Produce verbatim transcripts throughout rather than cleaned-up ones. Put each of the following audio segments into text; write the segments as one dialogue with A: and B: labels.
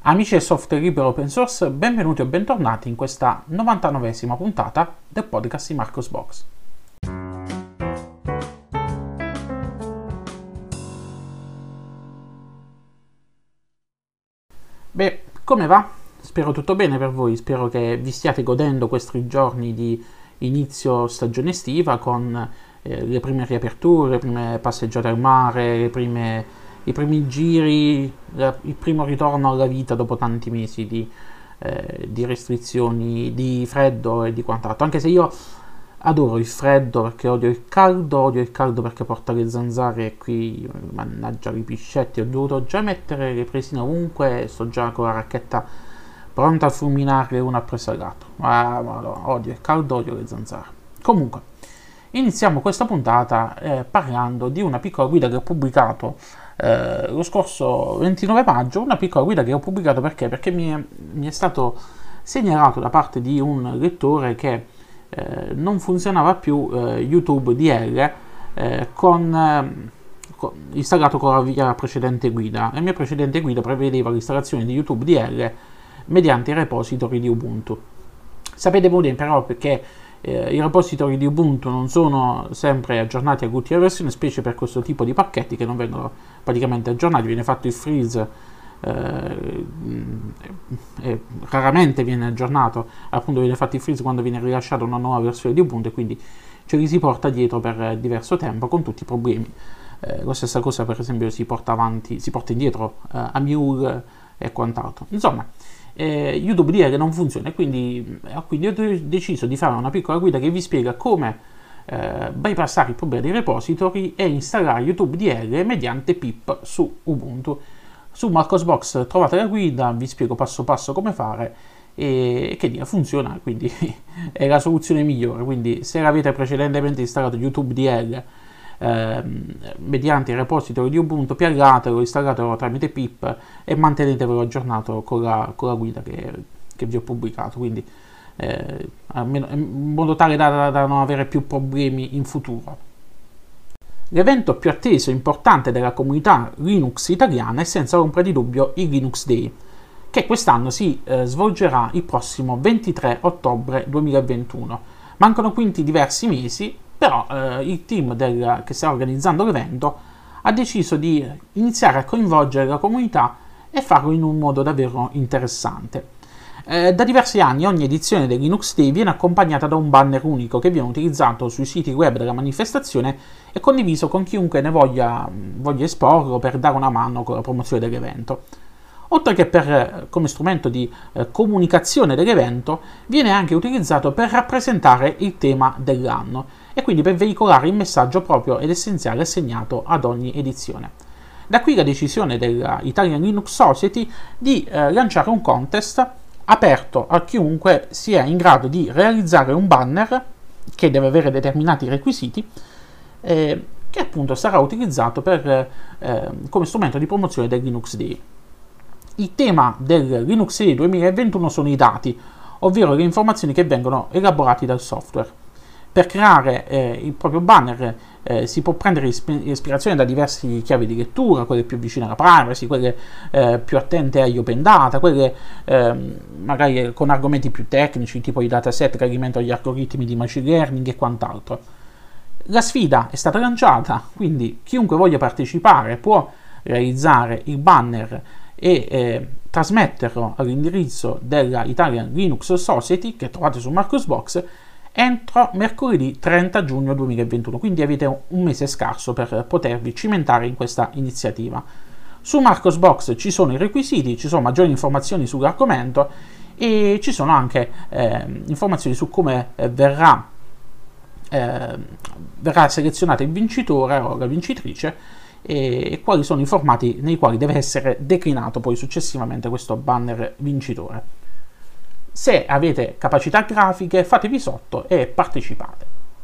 A: Amici del software libero open source, benvenuti o bentornati in questa novantanovesima puntata del podcast di Marcosbox. Beh, come va? Spero tutto bene per voi, spero che vi stiate godendo questi giorni di inizio stagione estiva con eh, le prime riaperture, le prime passeggiate al mare, le prime... i primi giri, il primo ritorno alla vita dopo tanti mesi di, eh, di restrizioni, di freddo e di quant'altro. Anche se io adoro il freddo perché odio il caldo, odio il caldo perché porta le zanzare e qui, mannaggia i piscetti, ho dovuto già mettere le presine ovunque, sto già con la racchetta pronta a fulminarle una appresso all'altro. Ma, ma no, odio il caldo, odio le zanzare. Comunque, iniziamo questa puntata eh, parlando di una piccola guida che ho pubblicato Eh, lo scorso ventinove maggio, una piccola guida che ho pubblicato perché, perché mi, è, mi è stato segnalato da parte di un lettore che eh, non funzionava più eh, YouTube D L eh, con, eh, con, installato con la mia precedente guida. La mia precedente guida prevedeva l'installazione di YouTube D L mediante i repository di Ubuntu. Sapete bene però perché Eh, i repository di Ubuntu non sono sempre aggiornati all'ultima versione, specie per questo tipo di pacchetti che non vengono praticamente aggiornati, viene fatto il freeze eh, e raramente viene aggiornato, appunto viene fatto il freeze quando viene rilasciata una nuova versione di Ubuntu e quindi ce li si porta dietro per diverso tempo con tutti i problemi. Eh, la stessa cosa per esempio si porta avanti, si porta indietro eh, a Mule e quant'altro. Insomma, Eh, YouTube D L non funziona e quindi, eh, quindi ho deciso di fare una piccola guida che vi spiega come eh, bypassare il problema dei repository e installare YouTube D L mediante pip su Ubuntu. Su Marcosbox trovate la guida, vi spiego passo passo come fare e, e che dire, funziona, quindi è la soluzione migliore. Quindi se l'avete precedentemente installato YouTube D L Eh, mediante il repository di Ubuntu, piallatelo, installatelo tramite pip e mantenetevelo aggiornato con la, con la guida che, che vi ho pubblicato, quindi eh, almeno, in modo tale da, da, da non avere più problemi in futuro. L'evento più atteso e importante della comunità Linux italiana è senza ombra di dubbio il Linux Day, che quest'anno si eh, svolgerà il prossimo ventitré ottobre duemilaventuno. Mancano quindi diversi mesi, però eh, il team del, che sta organizzando l'evento ha deciso di iniziare a coinvolgere la comunità e farlo in un modo davvero interessante. Eh, da diversi anni ogni edizione del Linux Day viene accompagnata da un banner unico che viene utilizzato sui siti web della manifestazione e condiviso con chiunque ne voglia, voglia esporlo per dare una mano con la promozione dell'evento. Oltre che per, come strumento di eh, comunicazione dell'evento, viene anche utilizzato per rappresentare il tema dell'anno e quindi per veicolare il messaggio proprio ed essenziale assegnato ad ogni edizione. Da qui la decisione della Italian Linux Society di eh, lanciare un contest aperto a chiunque sia in grado di realizzare un banner che deve avere determinati requisiti eh, che appunto sarà utilizzato per, eh, come strumento di promozione del Linux Day. Il tema del Linux Day duemilaventuno sono i dati, ovvero le informazioni che vengono elaborate dal software. Per creare eh, il proprio banner eh, si può prendere ispirazione da diverse chiavi di lettura, quelle più vicine alla privacy, quelle eh, più attente agli open data, quelle eh, magari con argomenti più tecnici, tipo i dataset che alimentano gli algoritmi di machine learning e quant'altro. La sfida è stata lanciata, quindi chiunque voglia partecipare può realizzare il banner e eh, trasmetterlo all'indirizzo della Italian Linux Society che trovate su Marcosbox entro mercoledì trenta giugno duemilaventuno, quindi avete un mese scarso per potervi cimentare in questa iniziativa. Su Marcosbox ci sono i requisiti, ci sono maggiori informazioni sull'argomento e ci sono anche eh, informazioni su come eh, verrà, eh, verrà selezionato il vincitore o la vincitrice e quali sono i formati nei quali deve essere declinato poi successivamente questo banner vincitore. Se avete capacità grafiche, fatevi sotto e partecipate.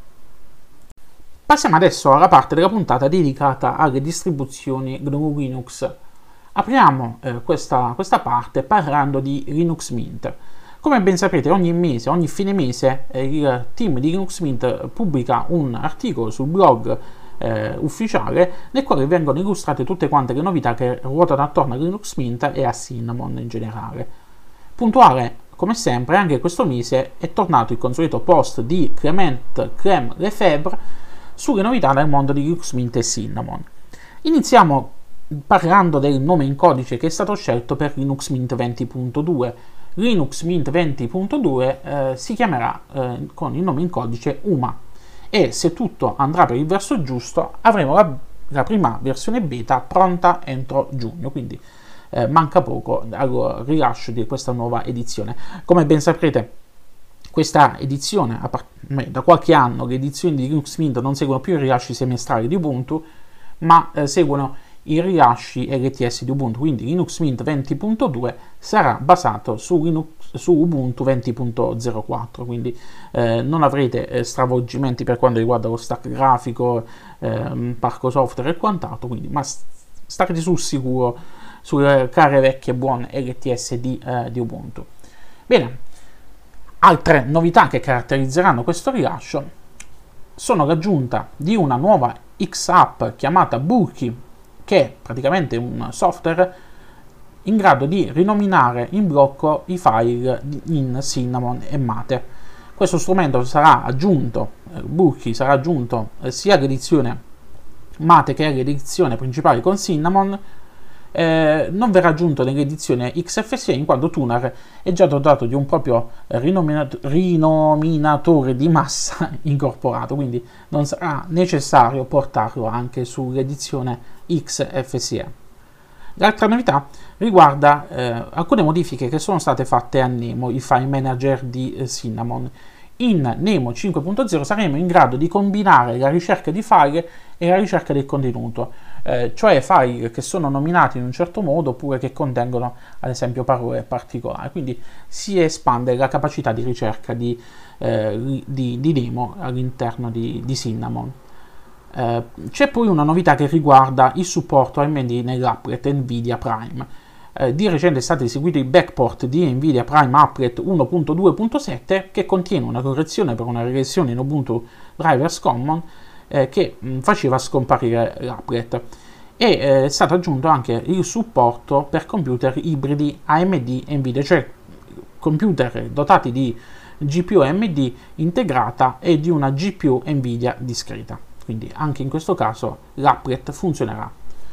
A: Passiamo adesso alla parte della puntata dedicata alle distribuzioni G N U Linux. Apriamo eh, questa, questa parte parlando di Linux Mint. Come ben sapete, ogni mese, ogni fine mese, eh, il team di Linux Mint pubblica un articolo sul blog eh, ufficiale, nel quale vengono illustrate tutte quante le novità che ruotano attorno a Linux Mint e a Cinnamon in generale. Puntuale, come sempre, anche questo mese è tornato il consueto post di Clement Clem Lefebvre sulle novità del mondo di Linux Mint e Cinnamon. Iniziamo parlando del nome in codice che è stato scelto per Linux Mint venti punto due. Linux Mint venti punto due eh, si chiamerà eh, con il nome in codice U M A e, se tutto andrà per il verso giusto, avremo la, la prima versione beta pronta entro giugno, quindi eh, manca poco al rilascio di questa nuova edizione. Come ben saprete, questa edizione, a part- da qualche anno, le edizioni di Linux Mint non seguono più i rilasci semestrali di Ubuntu, ma eh, seguono i rilasci L T S di Ubuntu, quindi Linux Mint venti punto due sarà basato su, Linux, su Ubuntu venti punto zero quattro, quindi eh, non avrete eh, stravolgimenti per quanto riguarda lo stack grafico, eh, parco software e quant'altro, quindi, ma starete sul sicuro sulle care vecchie buone L T S di, eh, di Ubuntu. Bene, altre novità che caratterizzeranno questo rilascio sono l'aggiunta di una nuova X-App chiamata Bulky, che è praticamente un software in grado di rinominare in blocco i file in Cinnamon e Mate. Questo strumento sarà aggiunto, eh, Bulky sarà aggiunto eh, sia all'edizione Mate che all'edizione principale con Cinnamon. Eh, non verrà aggiunto nell'edizione X F S E in quanto Tuner è già dotato di un proprio rinominat- rinominatore di massa incorporato, quindi non sarà necessario portarlo anche sull'edizione X F S E. L'altra novità riguarda eh, alcune modifiche che sono state fatte a Nemo, il file manager di eh, Cinnamon. In Nemo cinque punto zero saremo in grado di combinare la ricerca di file e la ricerca del contenuto, eh, cioè file che sono nominati in un certo modo oppure che contengono ad esempio parole particolari, quindi si espande la capacità di ricerca di, eh, di, di Nemo all'interno di, di Cinnamon. Eh, c'è poi una novità che riguarda il supporto A M D nell'applet Nvidia Prime. Eh, di recente è stato eseguito il backport di Nvidia Prime Applet uno punto due punto sette, che contiene una correzione per una regressione in Ubuntu Drivers Common eh, che mh, faceva scomparire l'applet, e eh, è stato aggiunto anche il supporto per computer ibridi A M D Nvidia, cioè computer dotati di G P U A M D integrata e di una G P U Nvidia discreta, quindi anche in questo caso l'applet funzionerà.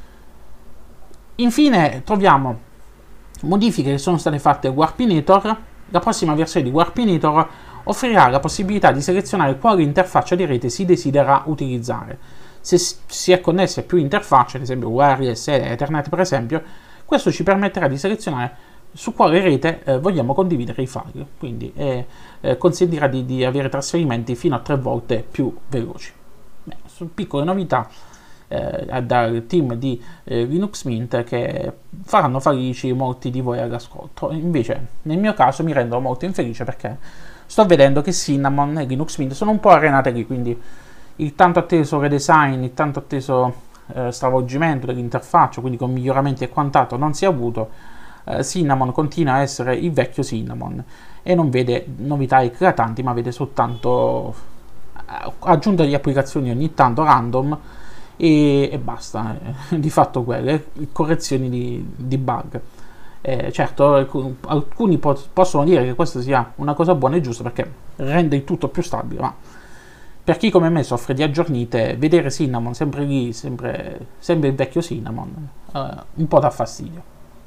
A: Infine troviamo modifiche che sono state fatte a Warpinator. La prossima versione di Warpinator offrirà la possibilità di selezionare quale interfaccia di rete si desidera utilizzare. Se si è connessi a più interfacce, ad esempio wireless e Ethernet per esempio, questo ci permetterà di selezionare su quale rete eh, vogliamo condividere i file, quindi eh, eh, consentirà di, di avere trasferimenti fino a tre volte più veloci. Beh, sono piccole novità Eh, dal team di eh, Linux Mint che faranno felici molti di voi all'ascolto. Invece nel mio caso mi rendo molto infelice perché sto vedendo che Cinnamon e Linux Mint sono un po' arenate lì, quindi il tanto atteso redesign, il tanto atteso eh, stravolgimento dell'interfaccia, quindi con miglioramenti e quant'altro, non si è avuto. eh, Cinnamon continua a essere il vecchio Cinnamon e non vede novità eclatanti, ma vede soltanto aggiunta di applicazioni ogni tanto random e, e basta, eh, di fatto quelle, correzioni di, di bug. Eh, certo, alcuni po- possono dire che questa sia una cosa buona e giusta perché rende il tutto più stabile, ma per chi come me soffre di aggiornite, vedere Cinnamon sempre lì, sempre, sempre il vecchio Cinnamon, eh, un po' dà fastidio.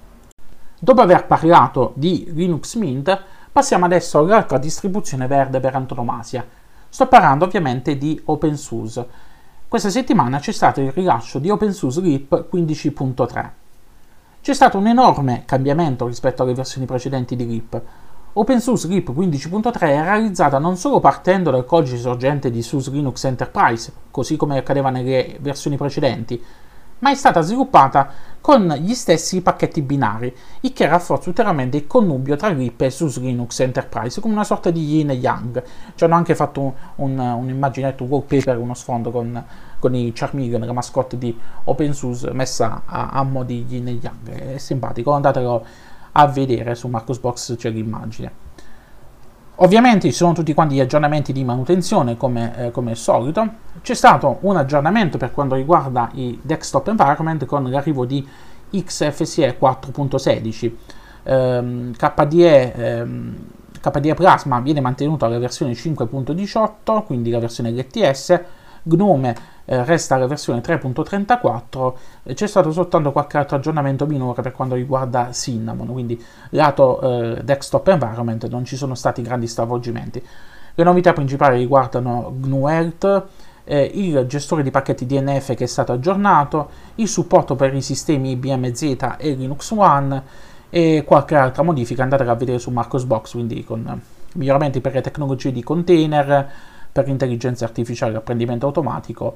A: Dopo aver parlato di Linux Mint, passiamo adesso all'altra distribuzione verde per antonomasia. Sto parlando ovviamente di OpenSUSE. Questa settimana c'è stato il rilascio di OpenSUSE Leap quindici punto tre. C'è stato un enorme cambiamento rispetto alle versioni precedenti di Leap. OpenSUSE Leap quindici punto tre è realizzata non solo partendo dal codice sorgente di SUSE Linux Enterprise, così come accadeva nelle versioni precedenti, ma è stata sviluppata con gli stessi pacchetti binari, il che rafforza ulteriormente il connubio tra Leap e SUSE Linux Enterprise, come una sorta di yin e yang. Ci hanno anche fatto un, un, un'immaginetto, un wallpaper, uno sfondo con, con i Charmeleon, la mascotte di OpenSUSE, messa a, a mo' di yin e yang. È simpatico, andatelo a vedere su Marcosbox, c'è l'immagine. Ovviamente ci sono tutti quanti gli aggiornamenti di manutenzione come, eh, come al solito. C'è stato un aggiornamento per quanto riguarda i desktop environment con l'arrivo di X F S E quattro punto sedici. ehm, K D E, ehm, K D E Plasma viene mantenuto alla versione cinque punto diciotto, quindi la versione L T S. Gnome eh, resta alla versione tre punto trentaquattro. Eh, c'è stato soltanto qualche altro aggiornamento minore per quanto riguarda Cinnamon, quindi lato eh, desktop environment non ci sono stati grandi stravolgimenti. Le novità principali riguardano G N U Health, eh, il gestore di pacchetti D N F che è stato aggiornato, il supporto per i sistemi I B M Z e Linux One e qualche altra modifica andate a vedere su Marcosbox, quindi con miglioramenti per le tecnologie di container, per l'intelligenza artificiale, l'apprendimento automatico,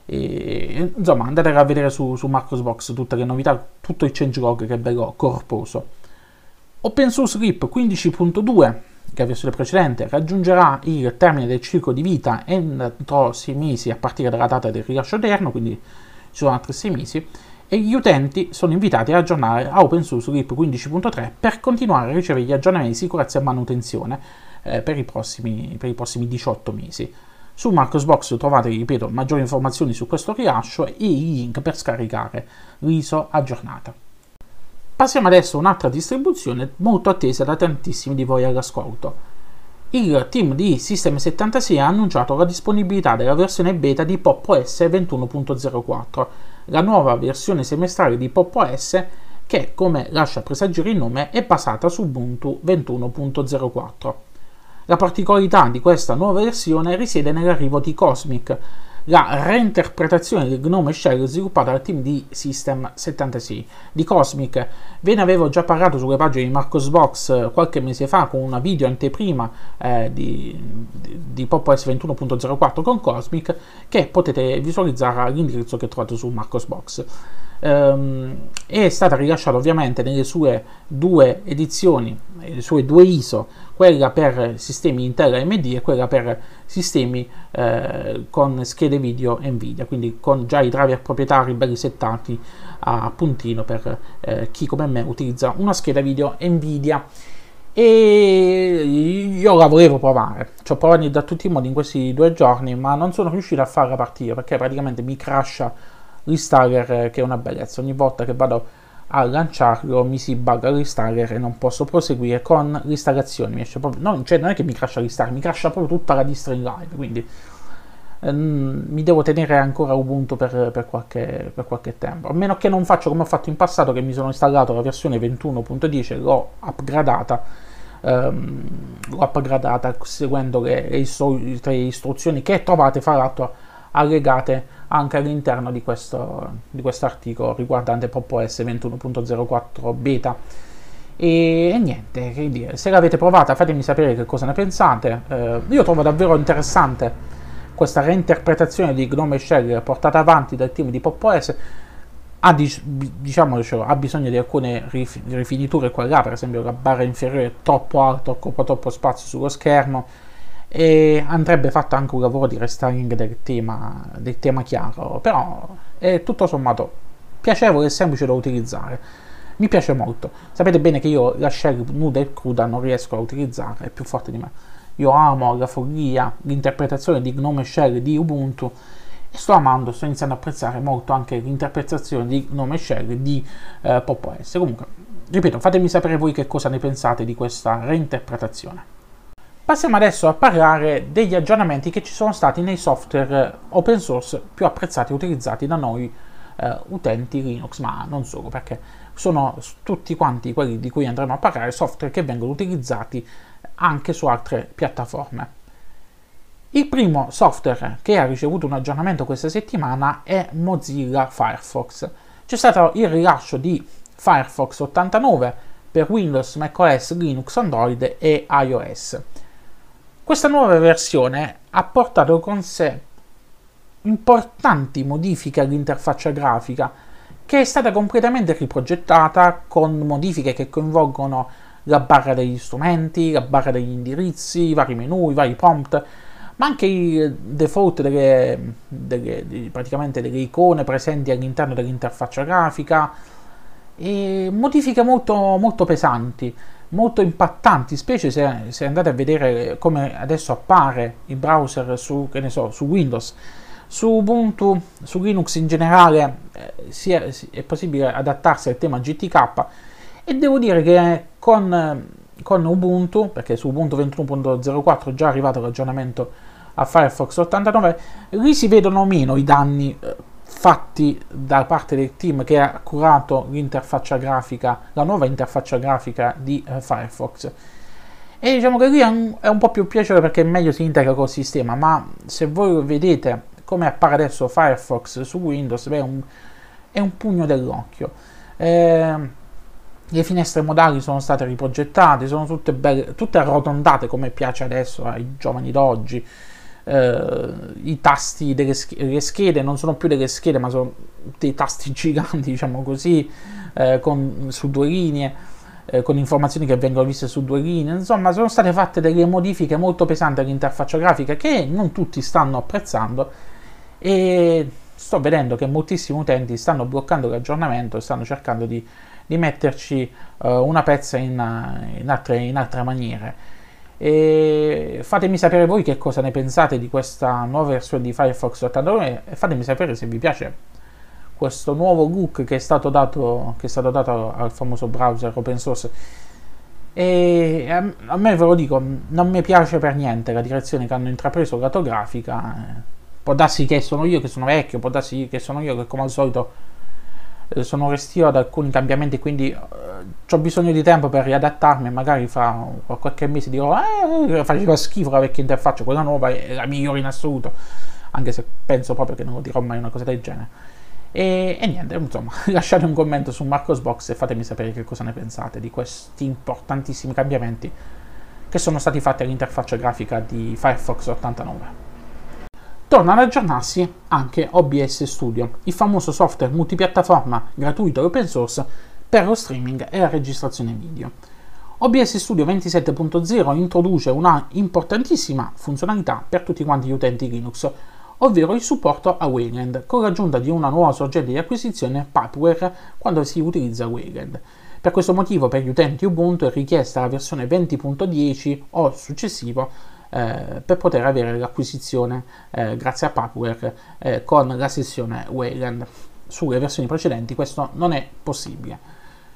A: e insomma andate a vedere su, su Marcosbox tutte le novità, tutto il changelog che è bello corposo. OpenSUSE Leap quindici punto due, che è la versione precedente, raggiungerà il termine del ciclo di vita entro sei mesi a partire dalla data del rilascio odierno, quindi ci sono altri sei mesi, e gli utenti sono invitati ad aggiornare a OpenSUSE Leap quindici punto tre per continuare a ricevere gli aggiornamenti di sicurezza e manutenzione eh, per, i prossimi, per i prossimi diciotto mesi. Su Marcosbox trovate, ripeto, maggiori informazioni su questo rilascio e i link per scaricare l'I S O aggiornata. Passiamo adesso a un'altra distribuzione molto attesa da tantissimi di voi all'ascolto. Il team di System settantasei ha annunciato la disponibilità della versione beta di Pop! O S ventuno punto zero quattro, la nuova versione semestrale di Pop! O S che, come lascia presagire il nome, è basata su Ubuntu ventuno punto zero quattro. La particolarità di questa nuova versione risiede nell'arrivo di Cosmic, la reinterpretazione del Gnome Shell sviluppata dal team di System settantasei. Di Cosmic ve ne avevo già parlato sulle pagine di Marcosbox qualche mese fa con una video anteprima eh, di, di, di Pop! O S ventuno punto zero quattro con Cosmic, che potete visualizzare all'indirizzo che trovate su Marcosbox. Um, è stata rilasciata ovviamente nelle sue due edizioni, le sue due I S O, quella per sistemi Intel A M D e quella per sistemi eh, con schede video Nvidia, quindi con già i driver proprietari belli settati a puntino per eh, chi come me utilizza una scheda video Nvidia. E io la volevo provare, ci ho provato da tutti i modi in questi due giorni, ma non sono riuscito a farla partire perché praticamente mi crasha l'installer, che è una bellezza. Ogni volta che vado a lanciarlo mi si bugga l'installer e non posso proseguire con l'installazione. Mi esce proprio, non, cioè non è che mi crasha l'installer, mi crasha proprio tutta la distro in live, quindi ehm, mi devo tenere ancora Ubuntu per, per, qualche, per qualche tempo, a meno che non faccio come ho fatto in passato, che mi sono installato la versione ventuno punto dieci, l'ho upgradata ehm, l'ho upgradata seguendo le, le, istru- le istruzioni che trovate fra l'altro allegate anche all'interno di questo di questo articolo riguardante Pop! O S ventuno punto zero quattro beta. E, e niente, che dire, se l'avete provata fatemi sapere che cosa ne pensate. Eh, io trovo davvero interessante questa reinterpretazione di Gnome Shell portata avanti dal team di Pop! O S. Ha, diciamo, ha bisogno di alcune rif- rifiniture qua e là, per esempio la barra inferiore è troppo alta, occupa troppo spazio sullo schermo, e andrebbe fatto anche un lavoro di restyling del tema, del tema chiaro, però è tutto sommato piacevole e semplice da utilizzare, mi piace molto. Sapete bene che io la shell nuda e cruda non riesco a utilizzare, è più forte di me. Io amo la follia, l'interpretazione di Gnome Shell di Ubuntu e sto amando, sto iniziando a apprezzare molto anche l'interpretazione di Gnome Shell di eh, Pop! O S. Comunque, ripeto, fatemi sapere voi che cosa ne pensate di questa reinterpretazione. Passiamo adesso a parlare degli aggiornamenti che ci sono stati nei software open source più apprezzati e utilizzati da noi eh, utenti Linux, ma non solo, perché sono tutti quanti quelli di cui andremo a parlare software che vengono utilizzati anche su altre piattaforme. Il primo software che ha ricevuto un aggiornamento questa settimana è Mozilla Firefox. C'è stato il rilascio di Firefox ottantanove per Windows, macOS, Linux, Android e iOS. Questa nuova versione ha portato con sé importanti modifiche all'interfaccia grafica, che è stata completamente riprogettata con modifiche che coinvolgono la barra degli strumenti, la barra degli indirizzi, i vari menu, i vari prompt, ma anche i default delle, delle, praticamente delle icone presenti all'interno dell'interfaccia grafica, e modifiche molto, molto pesanti, molto impattanti, specie se, se andate a vedere come adesso appare il browser su, che ne so, su Windows. Su Ubuntu, su Linux in generale eh, si è, si è possibile adattarsi al tema G T K, e devo dire che con, con Ubuntu, perché su Ubuntu ventuno punto zero quattro è già arrivato l'aggiornamento a Firefox ottantanove, lì si vedono meno i danni eh, fatti da parte del team che ha curato l'interfaccia grafica, la nuova interfaccia grafica di eh, Firefox. E diciamo che lì è un, è un po' più piacevole perché meglio si integra col sistema, ma se voi vedete come appare adesso Firefox su Windows, beh, è, un, è un pugno dell'occhio. Eh, le finestre modali sono state riprogettate, sono tutte belle, tutte arrotondate come piace adesso ai giovani d'oggi. Eh, i tasti delle schede, schede non sono più delle schede, ma sono dei tasti giganti, diciamo così, eh, con, su due linee, eh, con informazioni che vengono viste su due linee. Insomma, sono state fatte delle modifiche molto pesanti all'interfaccia grafica che non tutti stanno apprezzando, e sto vedendo che moltissimi utenti stanno bloccando l'aggiornamento e stanno cercando di, di metterci uh, una pezza in, in, altre, in altre maniere. E fatemi sapere voi che cosa ne pensate di questa nuova versione di Firefox ottantanove, e fatemi sapere se vi piace questo nuovo look che è stato dato, che è stato dato al famoso browser open source. E a, a me, ve lo dico, non mi piace per niente la direzione che hanno intrapreso lato grafica. Può darsi che sono io che sono vecchio, può darsi che sono io che come al solito eh, sono restio ad alcuni cambiamenti, quindi eh, ho bisogno di tempo per riadattarmi, e magari fra qualche mese dirò eh, faceva schifo la vecchia interfaccia, quella nuova è la migliore in assoluto, anche se penso proprio che non lo dirò mai una cosa del genere. E, e niente, insomma, lasciate un commento su Marcosbox e fatemi sapere che cosa ne pensate di questi importantissimi cambiamenti che sono stati fatti all'interfaccia grafica di Firefox ottantanove. Torna ad aggiornarsi anche O B S Studio, il famoso software multipiattaforma gratuito e open source per lo streaming e la registrazione video. O B S Studio ventisette punto zero introduce una importantissima funzionalità per tutti quanti gli utenti Linux, ovvero il supporto a Wayland, con l'aggiunta di una nuova sorgente di acquisizione Pipeware quando si utilizza Wayland. Per questo motivo per gli utenti Ubuntu è richiesta la versione venti punto dieci o successivo eh, per poter avere l'acquisizione eh, grazie a Pipeware eh, con la sessione Wayland. Sulle versioni precedenti questo non è possibile.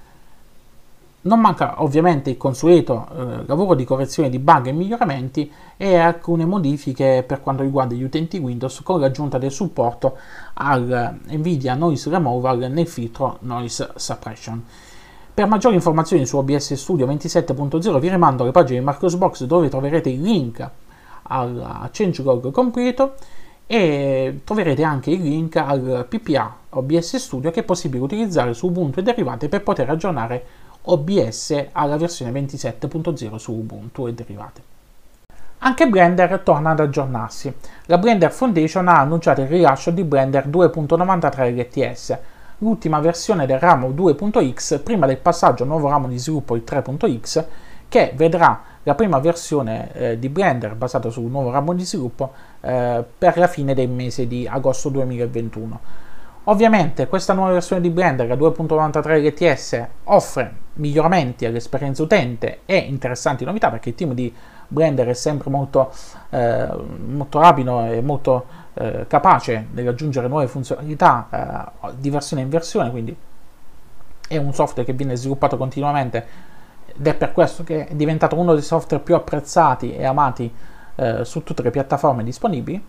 A: Non manca ovviamente il consueto eh, lavoro di correzione di bug e miglioramenti e alcune modifiche per quanto riguarda gli utenti Windows, con l'aggiunta del supporto al Nvidia Noise Removal nel filtro Noise Suppression. Per maggiori informazioni su O B S Studio ventisette punto zero vi rimando alle pagine di Marcosbox, dove troverete il link al changelog completo e troverete anche il link al P P A O B S Studio, che è possibile utilizzare su Ubuntu e derivati per poter aggiornare O B S alla versione ventisette punto zero su Ubuntu e derivati. Anche Blender torna ad aggiornarsi. La Blender Foundation ha annunciato il rilascio di Blender due punto novantatré L T S, l'ultima versione del ramo due punto x prima del passaggio al nuovo ramo di sviluppo, il tre punto x, che vedrà la prima versione eh, di Blender basata sul nuovo ramo di sviluppo eh, per la fine del mese di agosto duemilaventuno. Ovviamente questa nuova versione di Blender, la due punto novantatré L T S, offre miglioramenti all'esperienza utente e interessanti novità, perché il team di Blender è sempre molto, eh, molto rapido e molto eh, capace nell'aggiungere nuove funzionalità eh, di versione in versione, quindi è un software che viene sviluppato continuamente ed è per questo che è diventato uno dei software più apprezzati e amati eh, su tutte le piattaforme disponibili.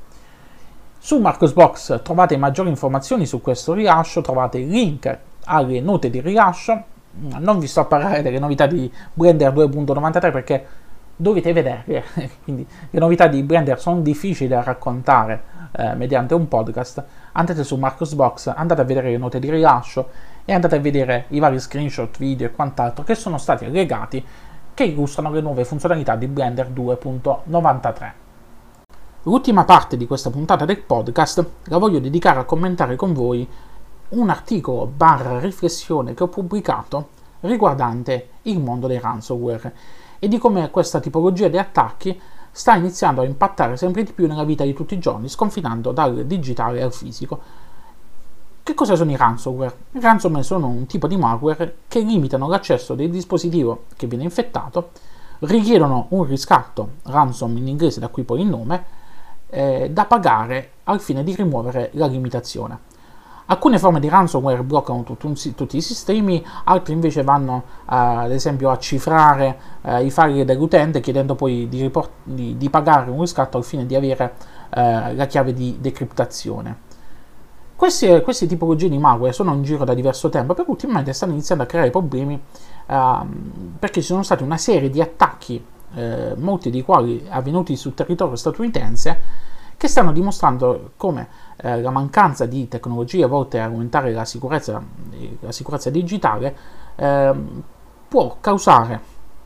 A: Su Marcosbox trovate maggiori informazioni su questo rilascio, trovate il link alle note di rilascio. Non vi sto a parlare delle novità di Blender due punto novantatré perché dovete vederle, quindi le novità di Blender sono difficili da raccontare eh, mediante un podcast. Andate su Marcosbox, andate a vedere le note di rilascio e andate a vedere i vari screenshot, video e quant'altro che sono stati allegati, che illustrano le nuove funzionalità di Blender due punto novantatré. L'ultima parte di questa puntata del podcast la voglio dedicare a commentare con voi un articolo barra riflessione che ho pubblicato riguardante il mondo dei ransomware e di come questa tipologia di attacchi sta iniziando a impattare sempre di più nella vita di tutti i giorni, sconfinando dal digitale al fisico. Che cosa sono i ransomware? I ransomware sono un tipo di malware che limitano l'accesso del dispositivo che viene infettato, richiedono un riscatto, ransom in inglese, da cui poi il nome, eh, da pagare al fine di rimuovere la limitazione. Alcune forme di ransomware bloccano tutto un, tutti i sistemi, altre invece vanno uh, ad esempio a cifrare uh, i file dell'utente, chiedendo poi di, report- di, di pagare un riscatto al fine di avere uh, la chiave di decriptazione. Queste, queste tipologie di malware sono in giro da diverso tempo, però ultimamente stanno iniziando a creare problemi uh, perché ci sono stati una serie di attacchi, uh, molti dei quali avvenuti sul territorio statunitense, che stanno dimostrando come eh, la mancanza di tecnologie volte a aumentare la sicurezza, la sicurezza digitale eh, può causare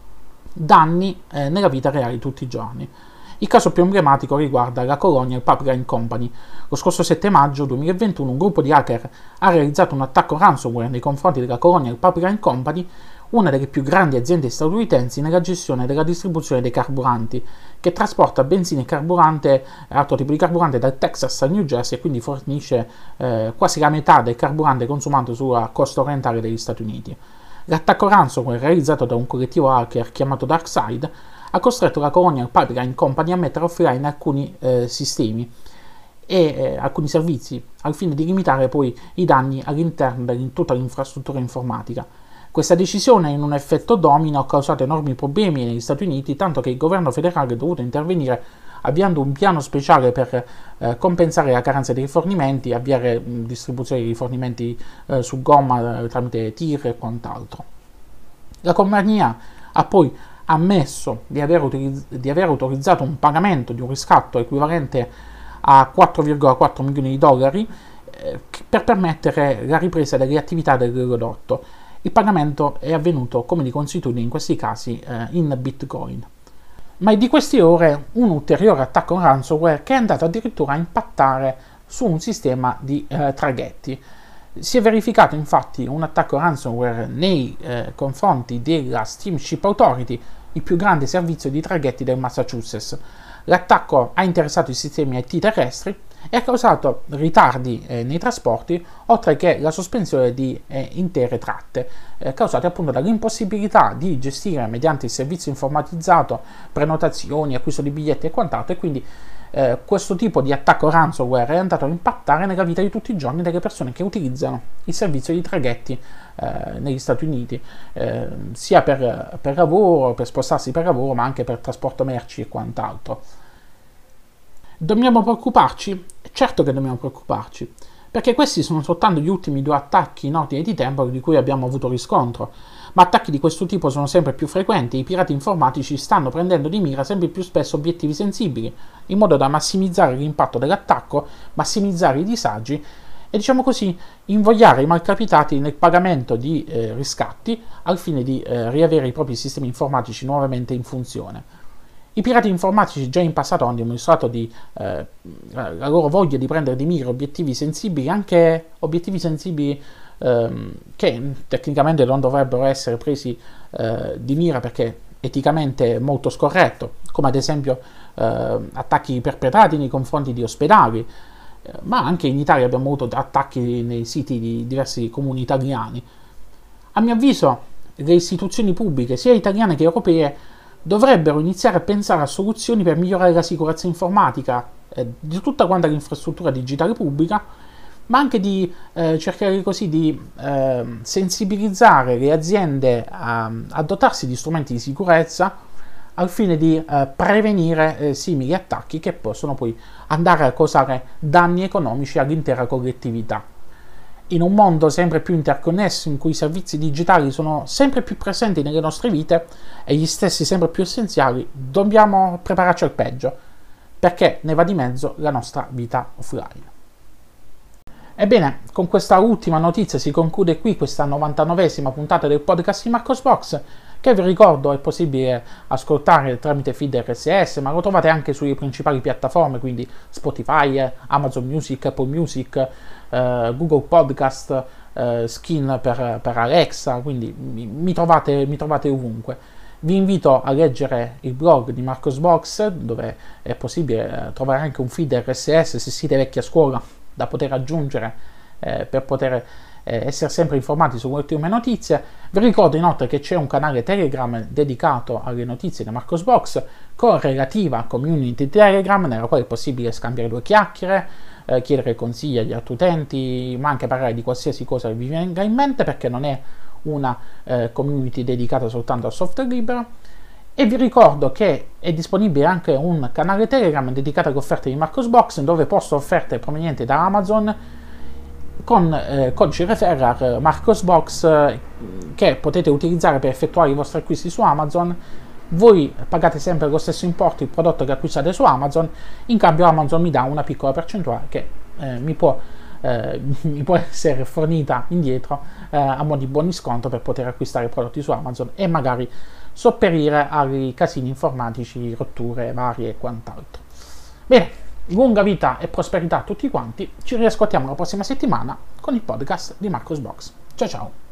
A: danni eh, nella vita reale di tutti i giorni. Il caso più emblematico riguarda la Colonial Pipeline Company. Lo scorso sette maggio duemilaventuno un gruppo di hacker ha realizzato un attacco ransomware nei confronti della Colonial Pipeline Company, una delle più grandi aziende statunitensi nella gestione della distribuzione dei carburanti, che trasporta benzina e carburante e altro tipo di carburante dal Texas al New Jersey e quindi fornisce eh, quasi la metà del carburante consumato sulla costa orientale degli Stati Uniti. L'attacco ransomware, realizzato da un collettivo hacker chiamato DarkSide, ha costretto la Colonial Pipeline Company a mettere offline alcuni eh, sistemi e eh, alcuni servizi al fine di limitare poi i danni all'interno di tutta l'infrastruttura informatica. Questa decisione, in un effetto domino, ha causato enormi problemi negli Stati Uniti, tanto che il governo federale è dovuto intervenire avviando un piano speciale per eh, compensare la carenza di rifornimenti, avviare mh, distribuzione di rifornimenti eh, su gomma eh, tramite tir e quant'altro. La compagnia ha poi ammesso di aver, utilizz- di aver autorizzato un pagamento di un riscatto equivalente a quattro virgola quattro milioni di dollari eh, per permettere la ripresa delle attività del gasolotto. Il pagamento è avvenuto, come di consuetudine in questi casi, eh, in Bitcoin. Ma è di queste ore un ulteriore attacco ransomware che è andato addirittura a impattare su un sistema di eh, traghetti. Si è verificato infatti un attacco ransomware nei eh, confronti della Steamship Authority, il più grande servizio di traghetti del Massachusetts. L'attacco ha interessato i sistemi I T terrestri e ha causato ritardi eh, nei trasporti, oltre che la sospensione di eh, intere tratte, eh, causate appunto dall'impossibilità di gestire mediante il servizio informatizzato prenotazioni, acquisto di biglietti e quant'altro, e quindi eh, questo tipo di attacco ransomware è andato a impattare nella vita di tutti i giorni delle persone che utilizzano il servizio di traghetti eh, negli Stati Uniti, eh, sia per, per lavoro, per spostarsi per lavoro, ma anche per trasporto merci e quant'altro. Dobbiamo preoccuparci? Certo che dobbiamo preoccuparci, perché questi sono soltanto gli ultimi due attacchi in ordine di tempo di cui abbiamo avuto riscontro, ma attacchi di questo tipo sono sempre più frequenti e i pirati informatici stanno prendendo di mira sempre più spesso obiettivi sensibili, in modo da massimizzare l'impatto dell'attacco, massimizzare i disagi e, diciamo così, invogliare i malcapitati nel pagamento di eh, riscatti al fine di eh, riavere i propri sistemi informatici nuovamente in funzione. I pirati informatici già in passato hanno dimostrato di, eh, la loro voglia di prendere di mira obiettivi sensibili, anche obiettivi sensibili ehm, che tecnicamente non dovrebbero essere presi eh, di mira perché eticamente è molto scorretto, come ad esempio eh, attacchi perpetrati nei confronti di ospedali, eh, ma anche in Italia abbiamo avuto attacchi nei siti di diversi comuni italiani. A mio avviso le istituzioni pubbliche, sia italiane che europee, dovrebbero iniziare a pensare a soluzioni per migliorare la sicurezza informatica eh, di tutta quanta l'infrastruttura digitale pubblica, ma anche di eh, cercare così di eh, sensibilizzare le aziende a, a dotarsi di strumenti di sicurezza al fine di eh, prevenire eh, simili attacchi che possono poi andare a causare danni economici all'intera collettività. In un mondo sempre più interconnesso, in cui i servizi digitali sono sempre più presenti nelle nostre vite e gli stessi sempre più essenziali, dobbiamo prepararci al peggio, perché ne va di mezzo la nostra vita offline. Ebbene, con questa ultima notizia si conclude qui questa novantanovesima puntata del podcast di Marcosbox, che vi ricordo è possibile ascoltare tramite feed R S S, ma lo trovate anche sulle principali piattaforme, quindi Spotify, Amazon Music, Apple Music, eh, Google Podcast, eh, Skin per, per Alexa, quindi mi, mi, trovate, mi trovate ovunque. Vi invito a leggere il blog di Marcosbox, dove è possibile trovare anche un feed R S S se siete vecchi a scuola, da poter aggiungere eh, per poter eh, essere sempre informati sulle ultime notizie. Vi ricordo inoltre che c'è un canale Telegram dedicato alle notizie di Marcosbox con relativa community Telegram nella quale è possibile scambiare due chiacchiere, eh, chiedere consigli agli altri utenti, ma anche parlare di qualsiasi cosa che vi venga in mente, perché non è una eh, community dedicata soltanto al software libero. E vi ricordo che è disponibile anche un canale Telegram dedicato alle offerte di Marcosbox, dove posto offerte provenienti da Amazon con eh, codice referral Marcosbox, eh, che potete utilizzare per effettuare i vostri acquisti su Amazon. Voi pagate sempre lo stesso importo il prodotto che acquistate su Amazon, in cambio Amazon mi dà una piccola percentuale che eh, mi, può, eh, mi può essere fornita indietro eh, a mo' di buoni sconto per poter acquistare prodotti su Amazon e magari sopperire ai casini informatici, rotture varie e quant'altro. Bene, lunga vita e prosperità a tutti quanti, ci riascoltiamo la prossima settimana con il podcast di Marcosbox. Ciao ciao!